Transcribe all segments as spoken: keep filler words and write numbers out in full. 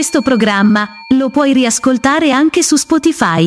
Questo programma lo puoi riascoltare anche su Spotify.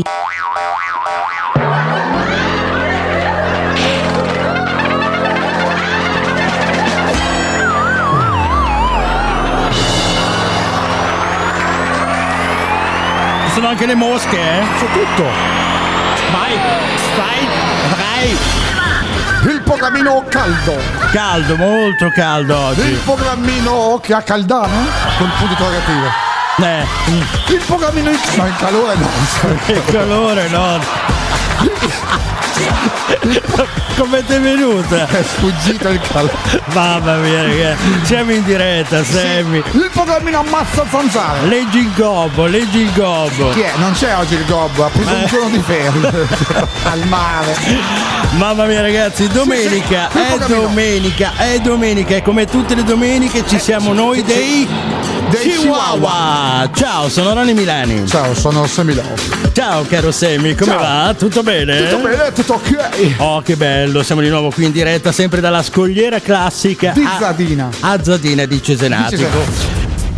Sono anche le mosche, eh? Su tutto. Vai, stai, vai. Il programmino caldo. Caldo, molto caldo oggi. Il programmino che ha caldano? Con punto interrogativo. Eh. Il programmino in... No, il calore no. Il calore no. Come ti è venuta? È sfuggito il calore. Mamma mia, ragazzi. Siamo in diretta, Sammy. Sì, il programmino ammazza zanzare. Leggi il gobbo, leggi il gobbo. Chi è? Non c'è oggi il gobbo, ha preso eh. un giorno di ferie al mare. Mamma mia, ragazzi, domenica, sì, sì. è domenica, è domenica e come tutte le domeniche ci siamo noi dei dei Chihuahua. Chihuahua. Ciao, sono Ronny Milani. Ciao, sono Sammy Love. Ciao caro Sammy, come Ciao. va? Tutto bene? Tutto bene, tutto ok. Oh, che bello, siamo di nuovo qui in diretta, sempre dalla scogliera classica di a, Zadina. A Zadina di Cesenatico. Di Cesenatico.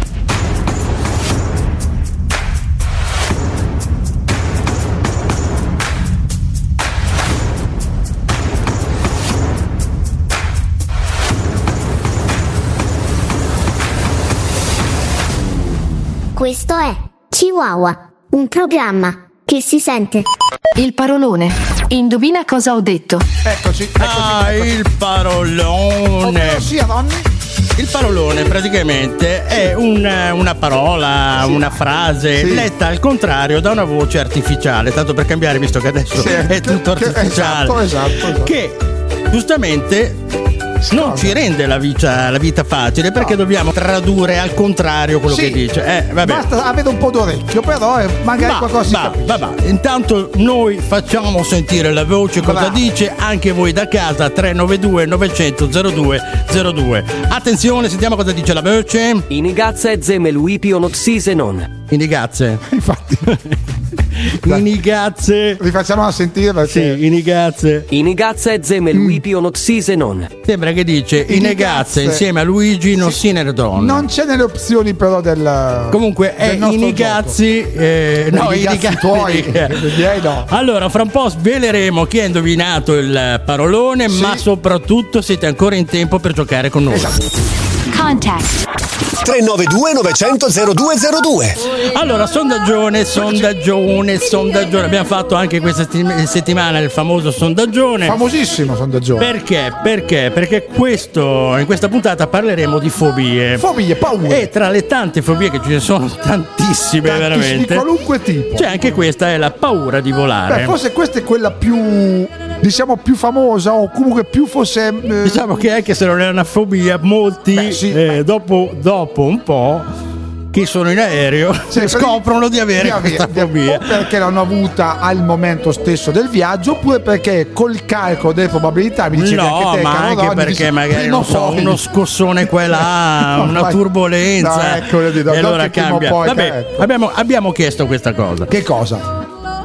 Questo è Chihuahua, un programma che si sente. Il parolone. Indovina cosa ho detto. Eccoci, eccoci. Ah, eccoci. il parolone. Sì, Ronny. Il parolone praticamente è una, una parola, sì. una frase sì. letta al contrario da una voce artificiale, tanto per cambiare, visto che adesso sì. è tutto artificiale. Esatto, esatto, esatto. Che giustamente non ci rende la vita, la vita facile, perché no. dobbiamo tradurre al contrario quello sì. che dice. Eh, vabbè. Basta avere un po' d'orecchio, però magari va, qualcosa si va, capisce. Va, va. Intanto noi facciamo sentire la voce, cosa Bravo. dice, anche voi da casa. Tre nove due nove zero zero zero due zero due. Attenzione, sentiamo cosa dice la voce. Inigazze zemeluipionoxisenon. Inigazze. Infatti. Inigazze. Rifacciamola sentire perché. Sì, inigazze. Inigazze zemeluipionoxisenon. Sembra che dice Inigazze insieme a Luigi non sì. si ne don. Non c'è nelle opzioni però del. Comunque del è Inigazzi eh, no, Inigazzi tuoi. no. Allora fra un po' sveleremo chi ha indovinato il parolone, sì. ma soprattutto siete ancora in tempo per giocare con noi. Esatto. Contact tre nove due nove zero zero zero due zero due. Allora, sondaggione, sondaggione, sondaggione. Abbiamo fatto anche questa settimana il famoso sondaggione. Famosissimo sondaggione. Perché? Perché? Perché questo, in questa puntata parleremo di fobie. Fobie, paure. E tra le tante fobie che ci ne sono tantissime, Tantissimi, veramente. Di qualunque tipo. C'è anche questa, è la paura di volare. Beh, forse questa è quella più, diciamo, più famosa, o comunque più forse. Eh... Diciamo che anche se non è una fobia, molti Beh, sì, eh, dopo, dopo un po' che sono in aereo sì, scoprono di avere di questa avere, fobia. O perché l'hanno avuta al momento stesso del viaggio, oppure perché col calcolo delle probabilità mi dice no, che anche te, ma anche Carodoni, perché dici, magari non so, poi... uno scossone qua e là, no, una vai. turbolenza no, ecco, dico, e allora cambia. poi, Vabbè, ecco. abbiamo, abbiamo chiesto questa cosa. Che cosa?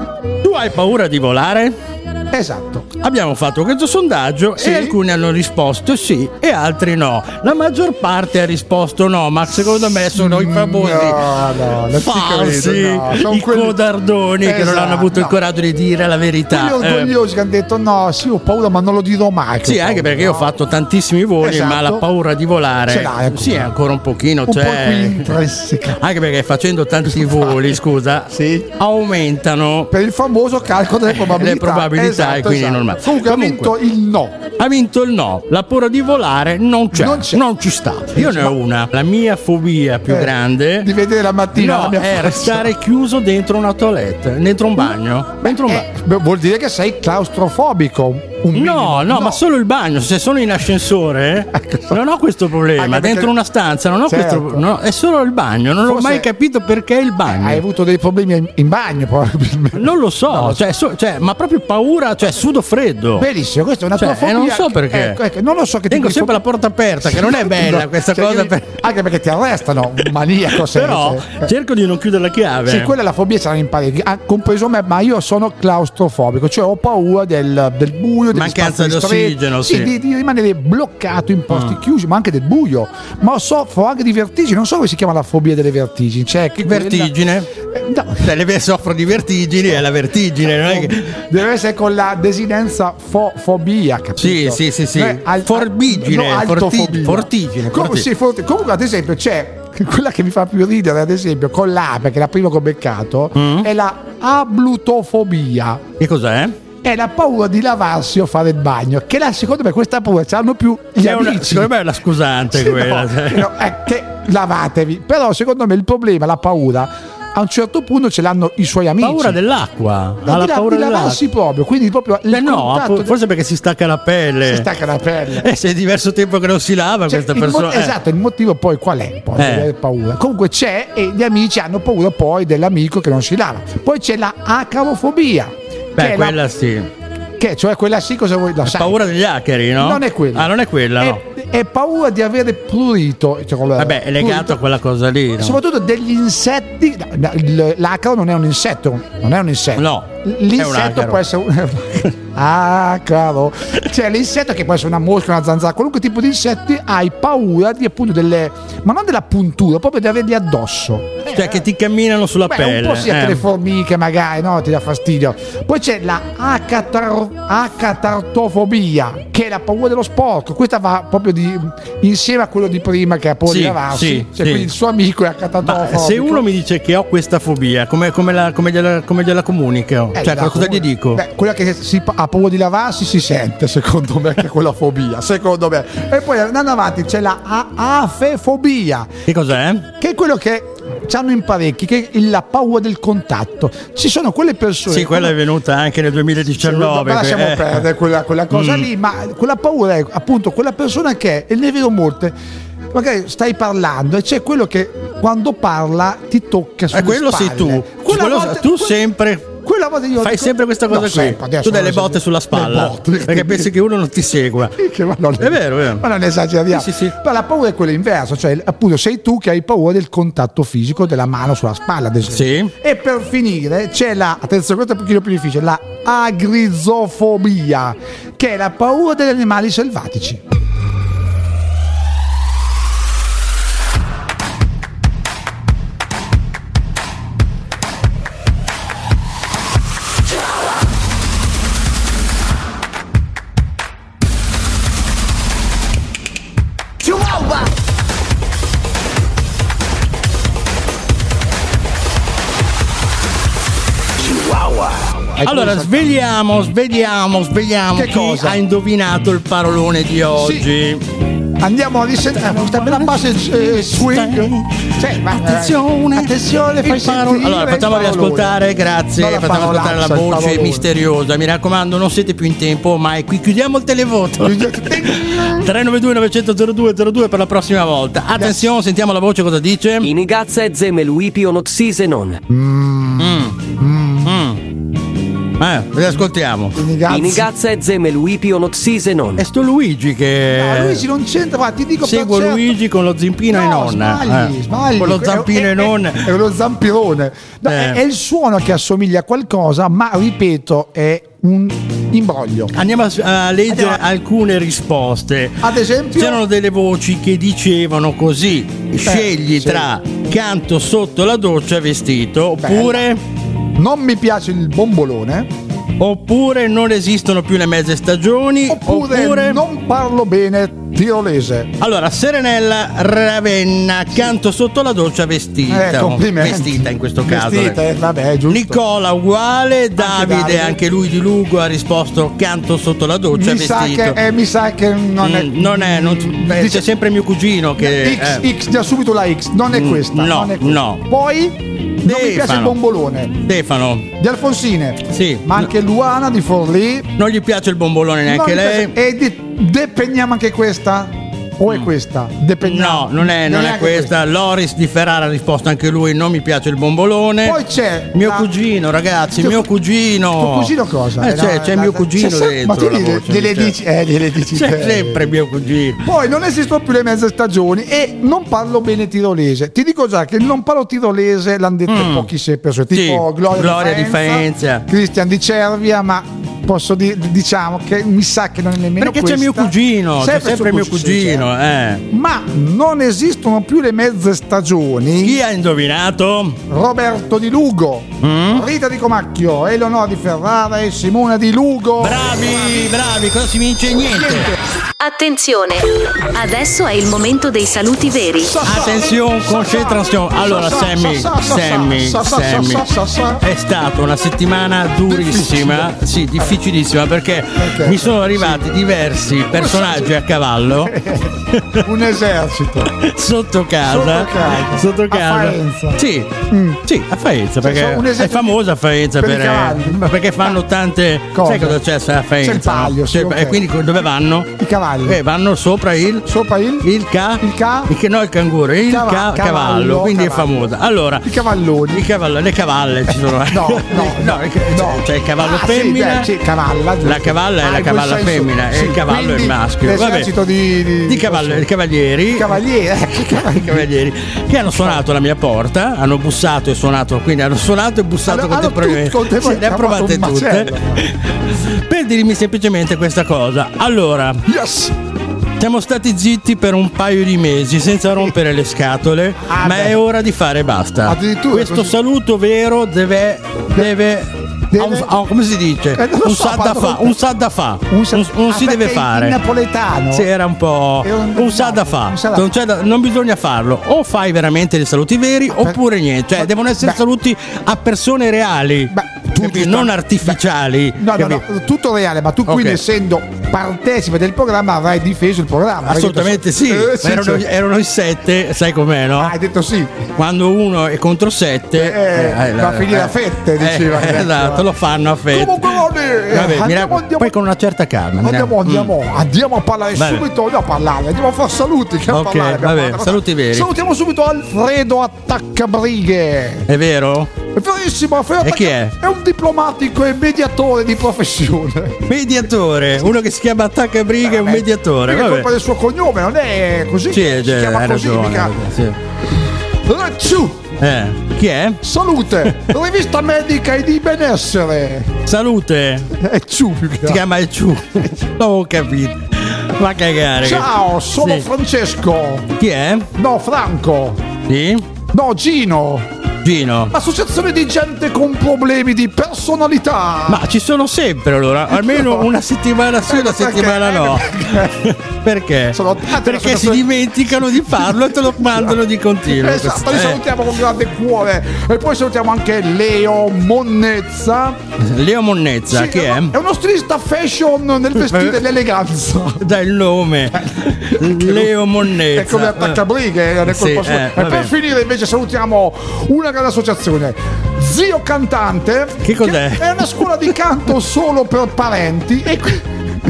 Tu hai paura di volare? Esatto. Abbiamo fatto questo sondaggio sì? e alcuni hanno risposto sì e altri no. La maggior parte ha risposto no, ma secondo me sono i famosi no, no, falsi, no, i quelli... codardoni esatto, che non hanno avuto no. il coraggio di dire la verità. Quelli orgogliosi eh. che hanno detto no, sì, ho paura, ma non lo dirò mai. Sì, anche paura, perché no? io ho fatto tantissimi voli, esatto. ma la paura di volare ce l'hai, sì, ancora un pochino. Un cioè... po' qui intrinseca. Anche perché facendo tanti voli, scusa, sì. aumentano per il famoso calcolo delle probabilità. Le probabilità esatto, e quindi esatto. è normale. Comunque, Comunque ha vinto il no. Ha vinto il no. La paura di volare non c'è. Non, c'è. non ci sta. Io ne ho una. La mia fobia più eh, grande di vedere la mattina no, la mia è faccia. restare chiuso dentro una toilette, dentro un bagno. Beh, dentro un eh, bagno. vuol dire che sei claustrofobico. Un no, no, no, ma solo il bagno. Se sono in ascensore non ho questo problema. Anche Dentro perché... una stanza non ho certo. questo no, è solo il bagno. Non Forse... ho mai capito perché il bagno. Hai avuto dei problemi in bagno probabilmente. Non lo so, no, cioè, so, cioè, ma proprio paura Ah, cioè sudo freddo. Benissimo, questa è una Cioè, tua fobia. eh, non so perché. Ecco, ecco, non lo so che Tengo tipo di sempre la porta aperta, che non è bella questa Cioè, cosa. io- per- Anche perché ti arrestano, maniaco sei. Però Cioè. cerco di non chiudere la chiave. Sì, quella è la fobia, ce l'hanno in parecchi, ah, compreso me, ma io sono claustrofobico, cioè ho paura del, del buio, degli Mancanza spazi di stretti, ossigeno, sì, sì. Di, di rimanere bloccato in posti Mm. chiusi, ma anche del buio. Ma soffro anche di vertigini, non so come si chiama la fobia delle vertigini. Cioè, che quella- Vertigine? Eh, no. Cioè, le soffro di vertigini, è la vertigine, non è che... Deve essere con la desinenza fo- fobia, capito? Sì, sì, sì, sì. Eh, al- Forbigine, no, forti- altofobia. fortigine, Com- forti- sì, forti- comunque, ad esempio, c'è quella che mi fa più ridere, ad esempio, con l'A, perché è la prima che ho beccato, Mm. è la ablutofobia. Che cos'è? È la paura di lavarsi o fare il bagno. Che là, secondo me, questa paura ce l'hanno più gli È una- amici. secondo me è la scusante Sì, quella. no, cioè. no, è che lavatevi. Però, secondo me, il problema, la paura, a un certo punto ce l'hanno i suoi amici. Paura dell'acqua. No, Ha la di, la- paura di lavarsi dell'acqua. proprio, quindi proprio il Eh no, contatto appunto, forse perché si stacca la pelle. si stacca la pelle. Eh, se è diverso tempo che non si lava Cioè, questa il mo- persona. eh. esatto, il motivo poi qual è? Poi Eh. avere paura. Comunque c'è, e gli amici hanno paura poi dell'amico che non si lava. Poi c'è la acarofobia. Beh, che è quella la, sì. che cioè quella sì, cosa vuoi? Lo È sai. paura degli acari, no? Non è quella. Ah, non è quella, no. È, è paura di avere prurito. Cioè, con la- Vabbè, è legato prurito. a quella cosa lì, no? Soprattutto degli insetti. Il- L'acaro non è un insetto, non è un insetto. No, è un L'insetto acaro. può essere un acaro. Cioè l'insetto che può essere una mosca, una zanzara, qualunque tipo di insetti, hai paura di appunto delle. Ma non della puntura, proprio di averli addosso. Cioè che ti camminano sulla Beh, pelle. un po' sì, anche eh. le formiche magari, no? Ti dà fastidio. Poi c'è la acatar- acatartofobia, che è la paura dello sporco. Questa va proprio di, insieme a quello di prima che ha paura Sì, di lavarsi. sì, Cioè, sì. quindi il suo amico è Ma acatartofobico. se uno mi dice che ho questa fobia, come, come, la, come, gliela, come gliela comunico? Eh, cioè, la- cosa gli dico? Beh, quella che si, ha paura di lavarsi si sente, secondo me, che è quella fobia. Secondo me. E poi andando avanti c'è la a- afefobia, Che cos'è? che è quello che hanno in parecchi, che è la paura del contatto. Ci sono quelle persone. Sì, quella è venuta anche nel duemiladiciannove. Ma lasciamo eh. perdere quella, quella cosa Mm. lì, ma quella paura è appunto quella persona che, e ne vedo molte, magari stai parlando e c'è quello che quando parla ti tocca sulle Eh, quello sei spalle. tu. Quella Quello- volta- tu que- sempre quella volta io fai dico- sempre questa cosa No, qui. sempre, adesso Tu dai non le botte esagero- sulla spalla le botte, perché pensi che uno non ti segua. Che ma non È vero, è vero. Ma non esageriamo. Sì, sì, sì. Però la paura è quella inversa, cioè appunto sei tu che hai paura del contatto fisico della mano sulla spalla, ad esempio. Sì. E per finire c'è la, attenzione, questo è un pochino più difficile, la agrizofobia, che è la paura degli animali selvatici. Allora, svegliamo, svegliamo, svegliamo Che chi cosa? ha indovinato il parolone di oggi. Andiamo a risentire questa bella base eh, swing. Cioè, ma, eh, Attenzione, attenzione, il fai parol- sentire Allora, il facciamovi parolone. ascoltare, grazie. Non la Facciamo ascoltare la parolaccia, il voce parolone. misteriosa. Mi raccomando, non siete più in tempo ormai. Qui chiudiamo il televoto. tre nove due nove zero zero due zero due per la prossima volta. Attenzione, sentiamo la voce cosa dice. Inigazza e zemeluipi onoxise non. Eh, ve ascoltiamo. Inigazza e zemeluipi onoxise non. È sto Luigi che No, Luigi non c'entra, ma ti dico seguo per certo- Luigi con lo zampino No, e nonna. Sbagli, Eh. sbagli. Con lo È- zampino è, e nonna. È, è uno zampirone. No, Eh. è, è il suono che assomiglia a qualcosa, ma ripeto, è un imbroglio. Andiamo a, a leggere Andiamo. alcune risposte. Ad esempio, C'erano delle voci che dicevano così: scegli sì. tra canto sotto la doccia vestito, oppure, non mi piace il bombolone, oppure non esistono più le mezze stagioni, oppure, oppure non parlo bene tirolese. allora Serenella Ravenna, canto sotto la doccia vestita. Eh, complimenti. Vestita in questo caso. Vestita, eh, vabbè, è giusto. Nicola uguale, Davide, Davide. anche lui di Lugo ha risposto canto sotto la doccia mi sa, vestito. che, eh, mi sa che non è. Mm, non è, non, beh, Dice- c'è sempre mio cugino che X, eh, X, già subito la X, non è Mm, questa. no, non è questa. no. Poi non mi piace il Stefano. bombolone. Stefano, Di Alfonsine, sì, ma anche Luana di Forlì. non gli piace il bombolone neanche Non mi lei. piace- E di De Pegniamo anche questa. O è questa? No, non è, non è questa. Loris di Ferrara ha risposto anche lui: non mi piace il bombolone. Poi c'è mio la... cugino, ragazzi, Tuo... mio cugino. Tuo cugino cosa? Eh, c'è, la, c'è la, mio cugino c'è dentro. Ma tu gliele, gliele dici, eh, gliele dici c'è te. sempre mio cugino. Poi non esistono più le mezze stagioni e non parlo bene tirolese. Ti dico già che il non parlo tirolese l'hanno detto mm. pochissime persone, tipo sì, Gloria, Gloria di Faenza, Cristian di Cervia, ma posso dire, diciamo che mi sa che non è nemmeno perché questa. c'è mio cugino, sempre c'è sempre mio cugino, cugino eh. Ma non esistono più le mezze stagioni. Chi ha indovinato? Roberto di Lugo, mm? Rita di Comacchio, Eleonora di Ferrara e Simona di Lugo. Bravi, bravi, cosa si vince? Niente. Niente. Attenzione, adesso è il momento dei saluti veri. Attenzione, concentrazione. Allora, Sammy, Sammy, Sammy, è stata una settimana durissima, sì, difficilissima, perché mi sono arrivati diversi personaggi a cavallo. Un esercito sotto casa, sotto casa, a Faenza. Sì, mm. sì, a Faenza, perché è famosa Faenza per, per perché fanno tante cose. Sai cosa c'è a Faenza? C'è il palio, sì, cioè, okay. E quindi dove vanno? I cavalli. Eh, vanno sopra il sopra il il ca il ca il che no il canguro il Cava, ca, cavallo, cavallo quindi cavallo. è famosa. Allora i cavalloni, i cavallo, le cavalle ci sono. no no no, no, no. C'è il cavallo ah, femmina, sì, sì, cavalla, la cavalla è ah, la cavalla senso, femmina sì, e il cavallo è il maschio. L'esercito di, di, di cavalli, i cavalieri cavalieri i cavalieri che hanno suonato alla mia porta, hanno bussato e suonato, quindi hanno suonato e bussato allora, contemporaneamente. Sì, le ha provate tutte per dirmi semplicemente questa cosa. Allora, yes. siamo stati zitti per un paio di mesi senza rompere le scatole, ah, ma beh. è ora di fare basta. Addirittura questo così. Saluto vero deve deve Deve... Oh, come si dice? Eh, un so, sa da fa, un sa da fa, un, sa... un, un ah, si deve fare. In napoletano. Sì, era un po' un, un sa da fa. Non, da... non bisogna farlo. O fai veramente dei saluti veri per... oppure niente. Cioè, ma... devono essere beh. saluti a persone reali. Beh. Tu non artificiali. No, no, no, tutto reale, ma tu quindi okay. essendo partecipe del programma avrai difeso il programma. Assolutamente detto, sì, eh, sì erano, cioè. erano in sette, sai com'è, no? Ah, hai detto sì. Quando uno è contro sette eh, eh, va a finire eh, a fette, diceva. Eh, esatto, lo fanno a fette. Comunque vabbè, vabbè andiamo, andiamo, poi con una certa calma. Andiamo, andiamo, mm. andiamo a parlare vabbè. subito, andiamo a parlare, andiamo a fare saluti. Che ok, a vabbè, parlare. Saluti veri. Salutiamo subito Alfredo Attaccabrighe. È vero? È verissimo, Alfredo e chi è? È un diplomatico e mediatore di professione. Mediatore, uno che si chiama Attaccabrighe è un mediatore. È colpa del suo cognome, non è così? Sì, si chiama hai così, ragione. mica. Sì. Racciù. Eh, chi è? Salute, rivista medica e di benessere. Salute. È Ciù più che si chiama è Ciù. Non ho capito. Va cagare. Ciao, sono sì. Francesco. Chi è? No, Franco. Sì? No, Gino. Gino. Associazione di gente con problemi di personalità. Ma ci sono sempre allora, almeno una settimana sì e una settimana no. Perché? Sono Perché si dimenticano di farlo e te lo mandano di continuo. Esatto, li salutiamo con grande cuore. E poi salutiamo anche Leo Monnezza. Leo Monnezza, sì, chi è? È uno stilista fashion nel vestire l'eleganza. Dai il nome. Leo Monnezza. È come Attaccabrighe. È sì, eh, e per finire invece salutiamo una grande associazione, Zio Cantante. Che cos'è? Che è una scuola di canto solo per parenti e qui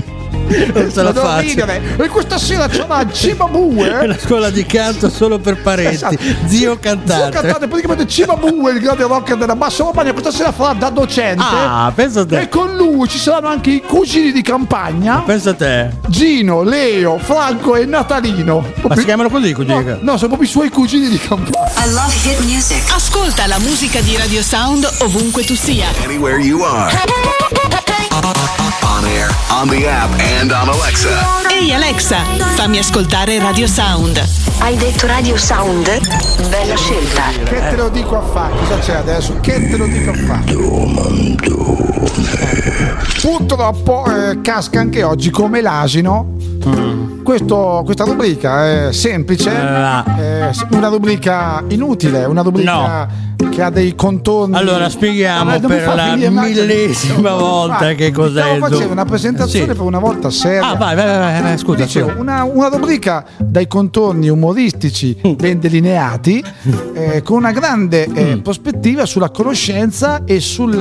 non se la faccio. E questa sera c'è una Cimabue. È una scuola di canto solo per parenti. Esatto. Zio Cantante. Zio Cantante, praticamente Cimabue, il grande rocker della Bassa Romagna, questa sera farà da docente. Ah, pensa a te. E con lui ci saranno anche i cugini di campagna. Pensa a te. Gino, Leo, Franco e Natalino. Ma proprio... si chiamano così i cugini? No, no, sono proprio i suoi cugini di campagna. I love hit music. Ascolta la musica di Radio Sound ovunque tu sia. Anywhere you are. On air, on the app and on Alexa. Ehi Alexa, fammi ascoltare Radio Sound. Hai detto Radio Sound? Bella scelta. Che te lo dico a fare? Cosa c'è adesso? Che te lo dico a fare? Domandone. Purtroppo eh, casca anche oggi come l'asino. Mm. Questo, questa rubrica è semplice, uh. è una rubrica inutile, una rubrica no. che ha dei contorni. Allora spieghiamo no, per la millesima no, volta no, che cos'è. Stiamo facendo una presentazione sì. per una volta seria. Ah vai vai vai, vai scusa. Dicevo, scusa. Una, una rubrica dai contorni umoristici ben delineati, eh, con una grande eh, prospettiva sulla conoscenza e sulla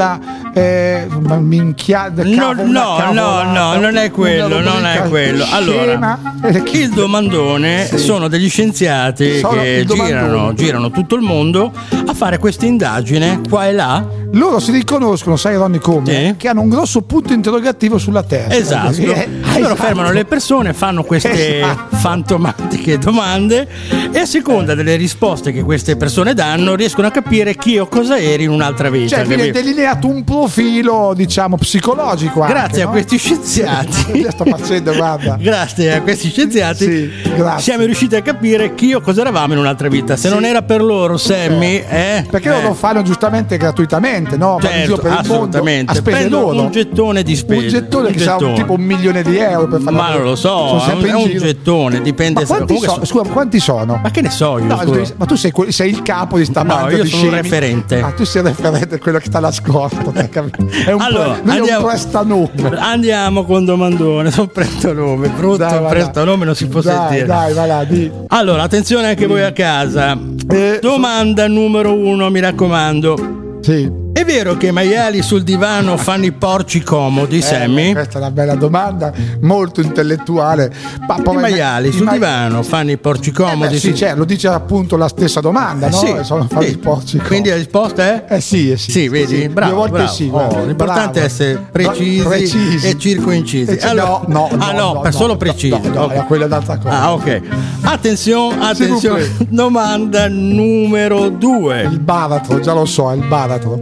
eh, minchia, No, cavo, una no, no, cavolata, no, non è quello, una non è rubrica quello. Allora, scema. il domandone Sì. sono degli scienziati Sono che il domandone. girano, girano tutto il mondo a fare questa indagine qua e là. Loro si riconoscono, sai Ronny come? Sì. Che hanno un grosso punto interrogativo sulla testa. Esatto. Eh, Loro esatto. fermano le persone, fanno queste Esatto. fantomatiche domande e a seconda delle risposte che queste persone danno riescono a capire chi o cosa eri in un'altra vita. Cioè, viene capito? delineato un profilo, diciamo, psicologico. Anche, Grazie a no? questi scienziati. Io sto facendo, guarda. Grazie a questi scienziati Sì, grazie. siamo riusciti a capire chi o cosa eravamo in un'altra vita. Se Sì. non era per loro, Sammy, eh, Perché eh, loro lo fanno giustamente gratuitamente, no? Vanno in giro certo, per il mondo assolutamente. a spese Prendono loro. un gettone di spese. Un gettone che sa gettone. tipo un milione di euro per fare. Ma non lo so, Sono è un, sempre è in un giro. gettone, dipende Ma se- quanti, comunque so- so- scusa, quanti sono? Ma che ne so io? No, scusa. ma tu sei, que- sei il capo di sta No, banda io di sono un scemi. referente. Ah, tu sei il referente, quello che sta nascosto. hai capito? È un, Allora, pre- lui è andiamo- un prestanome. Andiamo con domandone, sono prestanome, brutto Dai, va là. prestanome non si può Dai, sentire. dai, vai là, di. Allora, attenzione anche voi a casa. Eh, Domanda numero uno, mi raccomando. Sì. È vero che i maiali sul divano fanno i porci comodi, Eh, Sammy? questa è una bella domanda, molto intellettuale. Ma I poi- maiali i sul mai- divano fanno i porci Eh comodi? beh, sì, certo, lo dice appunto la stessa domanda, no? Sì, Sono fatti sì. i porci comodi. Quindi la risposta è? Eh sì, eh sì. Sì, vedi? Bravo, Due volte bravo. sì. Oh, guarda, l'importante bravo. è essere precisi, Precisi. e circoincisi. Eh, sì, Allora- no, no, ah no, no, no, per no, solo no, precisi. no, no, Ok. era quella d'altra cosa. Ah, ok. Attenzione, attenzione. S'il vous Domanda numero due. Il baratro, già lo so, è il baratro.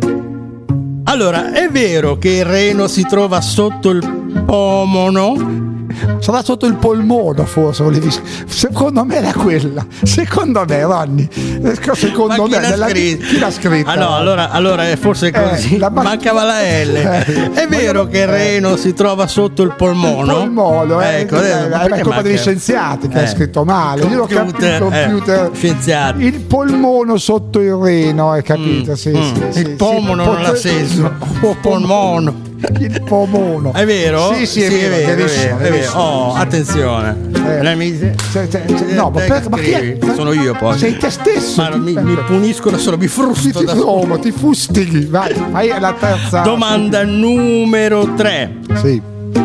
Allora, è vero che il reno si trova sotto il pomono? Sarà sotto il polmone, forse. volevi- Secondo me era quella. Secondo me, Ronny. Secondo Ma chi me. l'ha nella- scritto? Chi l'ha scritta? Ah no, allora, allora è forse così. Eh, la bat- Mancava la L. Eh, È vero che il reno si trova sotto il polmono? Il polmone, eh, Ecco, eh, adesso, eh, ma è perché colpa degli manca? scienziati che Eh. ha scritto male. Io l'ho Computer, capito, eh, computer. scienziati. Il polmono sotto il reno, hai capito? Mm, sì, mm. sì, sì, Il sì, pomono non ha potre- senso. no, Polmono. Il pomono. È vero? Sì, sì, è vero, è vero, verissimo, è vero, è vero. verissimo. Oh, attenzione. Eh. La mise- Cioè, cioè, cioè, no, ma, Te per, che ma chi è? scrivi? Sono io poi. Sei te stesso. Ma mi, Ti- mi puniscono solo, mi ti, frusto ti da trovo, ti fustighi. Vai, vai alla terza. Domanda numero tre. Sì.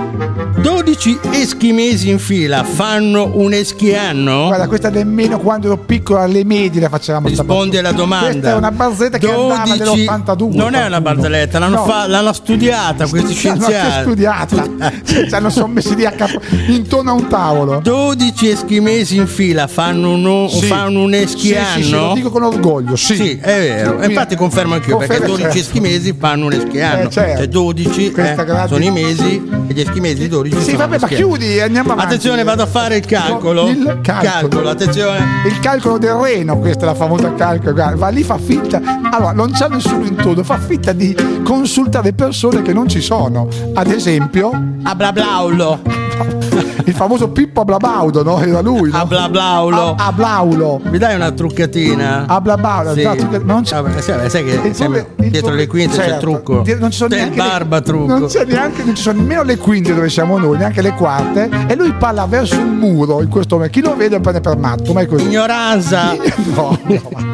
dodici eschimesi in fila fanno un eschianno? Guarda, questa nemmeno quando ero piccolo alle medie la facevamo. sta Rispondi alla battuta. domanda. Questa è una barzelletta che andava nell'ottantadue. Non è una barzelletta, l'hanno, No. fa- l'hanno studiata questi L'hanno anche scienziati. studiata. Cioè, ci hanno sono messi lì a capo, intorno a un tavolo. dodici eschimesi in fila fanno un, Sì. fanno un eschianno? Sì, sì, sì, lo dico con orgoglio, sì. Sì, è vero. E infatti confermo anch'io, perché Conferma, dodici certo. eschimesi fanno un eschianno. Eh, certo. Cioè dodici Questa eh, grande- sono i mesi e gli eschimesi dodici Sì, sono vabbè, gli ma eschianni. chiudi, andiamo avanti. Attenzione, vado a fare il calcolo. Il calcolo. attenzione. Il calcolo del reno, questa è la famosa calcolo. Guarda, va lì, fa finta. Allora, non c'è nessuno intorno, fa finta di consultare persone che non ci sono. Ad esempio, A Blablaulo. il famoso Pippo Ablabaudo, no? Era lui, no? A Blablaulo. A- Ablaulo. Mi dai una truccatina? Ablabaudo, Sì. esatto, ma non c'è. Vabbè, sì, vabbè, sai che Il siamo problema- il dietro pro- le quinte c'è il certo. trucco. Di- Non ci sono C'è il neanche le- barbatrucco. Non c'è neanche, non ci sono nemmeno le quinte dove siamo noi, neanche le quarte. E lui parla verso il muro in questo momento. Chi lo vede lo prende per matto, ma è così. Ignoranza. No, no.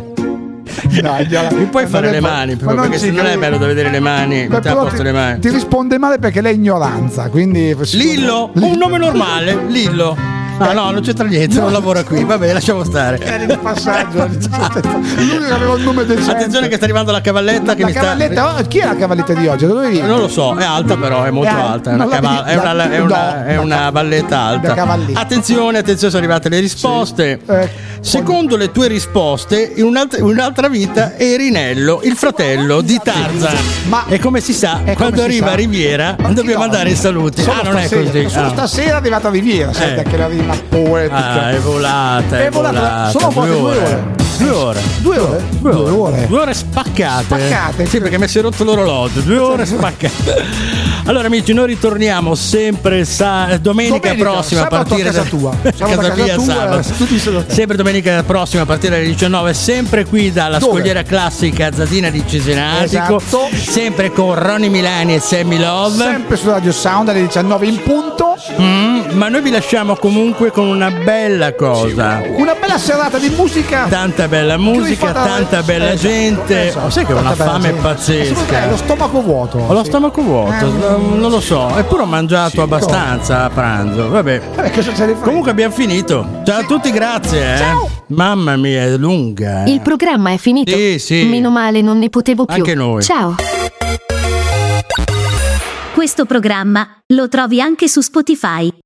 No, ignoranza. Mi puoi Non fare è le po- mani, ma proprio, perché ci se non è credo. bello da vedere le mani, Beh, metti a però posto ti, le mani. ti risponde male perché lei è ignoranza, quindi Lillo, un nome normale, Lillo. Ah no, non c'entra niente, non lavora qui. Vabbè, lasciamo stare. era in passaggio. Lui aveva un nome decente. Attenzione che sta arrivando la cavalletta che la mi sta. cavalletta, oh, chi è la cavalletta di oggi? Da dove viene? Non lo so, è alta però, è molto È al- alta, è una, non la cava- vedi- è una, la- è una- no, è la una ca- valletta alta. la cavalletta. Attenzione, attenzione, sono arrivate le risposte. Eh, Secondo le tue risposte, in un'altra, in un'altra vita eri Nello, il fratello di Tarzan. Ma- e come si sa, E come quando si arriva sa? Riviera Ma chi dobbiamo no? andare in saluti. Solo Ah, non è stasera, così. Solo Ah. stasera è arrivata Riviera, senti Eh. che la rima poetica. Ah, è volata, è È volata, volata. sono due volte due ore. ore. Due ore. Due ore? Due ore. Due ore. Due ore spaccate. Spaccate. Sì, perché mi si è rotto l'orologio. Due ore spaccate. Allora amici, noi ritorniamo sempre sa- domenica, Domenica, prossima a sabato a partire casa da- tua. a Sabato a casa casa mia, tua, sabato. tutti sono te. Sempre domenica prossima a partire dalle diciannove, sempre qui dalla Dove? scogliera classica Zatina di Cesenatico, Esatto. sempre con Ronny Milani e Sammy Love. Sempre su Radio Sound alle diciannove in punto. Mm, ma noi vi lasciamo comunque con una bella cosa. Una bella serata di musica. Tanta tanta bella musica, tanta bella gente. Oh, sai che ho una fame pazzesca. Eh, lo stomaco vuoto. Ho lo stomaco vuoto, non lo so. Eppure ho mangiato abbastanza a pranzo. Vabbè. Comunque abbiamo finito. Ciao a tutti, grazie. Eh. Ciao. Mamma mia, è lunga. Eh. Il programma è finito. Sì, sì. Meno male, non ne potevo più. Anche noi. Ciao. Questo programma lo trovi anche su Spotify.